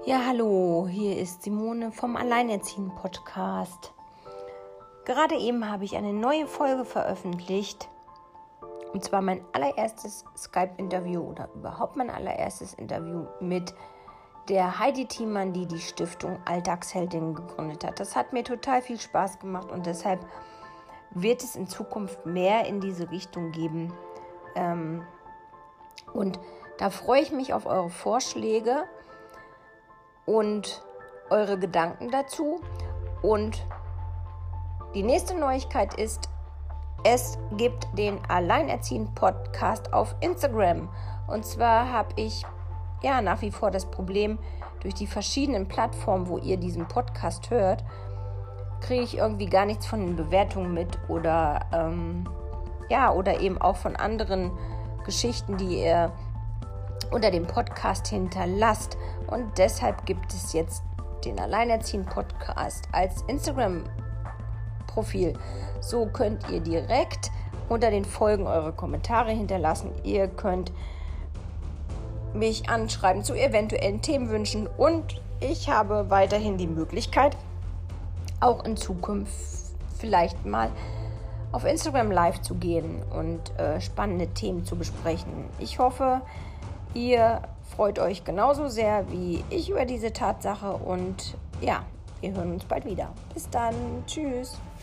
Ja, hallo, hier ist Simone vom Alleinerziehen-Podcast. Gerade eben habe ich eine neue Folge veröffentlicht, und zwar mein allererstes Skype-Interview oder überhaupt mein allererstes Interview mit der Heidi Thiemann, die die Stiftung Alltagsheldin gegründet hat. Das hat mir total viel Spaß gemacht und deshalb wird es in Zukunft mehr in diese Richtung geben. Und da freue ich mich auf eure Vorschläge und eure Gedanken dazu. Und die nächste Neuigkeit ist, es gibt den Alleinerziehend-Podcast auf Instagram. Und zwar habe ich nach wie vor das Problem, durch die verschiedenen Plattformen, wo ihr diesen Podcast hört, kriege ich irgendwie gar nichts von den Bewertungen mit oder eben auch von anderen Geschichten, die ihr unter dem Podcast hinterlasst. Und deshalb gibt es jetzt den Alleinerziehend-Podcast als Instagram-Profil. So könnt ihr direkt unter den Folgen eure Kommentare hinterlassen. Ihr könnt mich anschreiben zu eventuellen Themenwünschen und ich habe weiterhin die Möglichkeit, auch in Zukunft vielleicht mal auf Instagram live zu gehen und spannende Themen zu besprechen. Ich hoffe, ihr freut euch genauso sehr wie ich über diese Tatsache und wir hören uns bald wieder. Bis dann. Tschüss.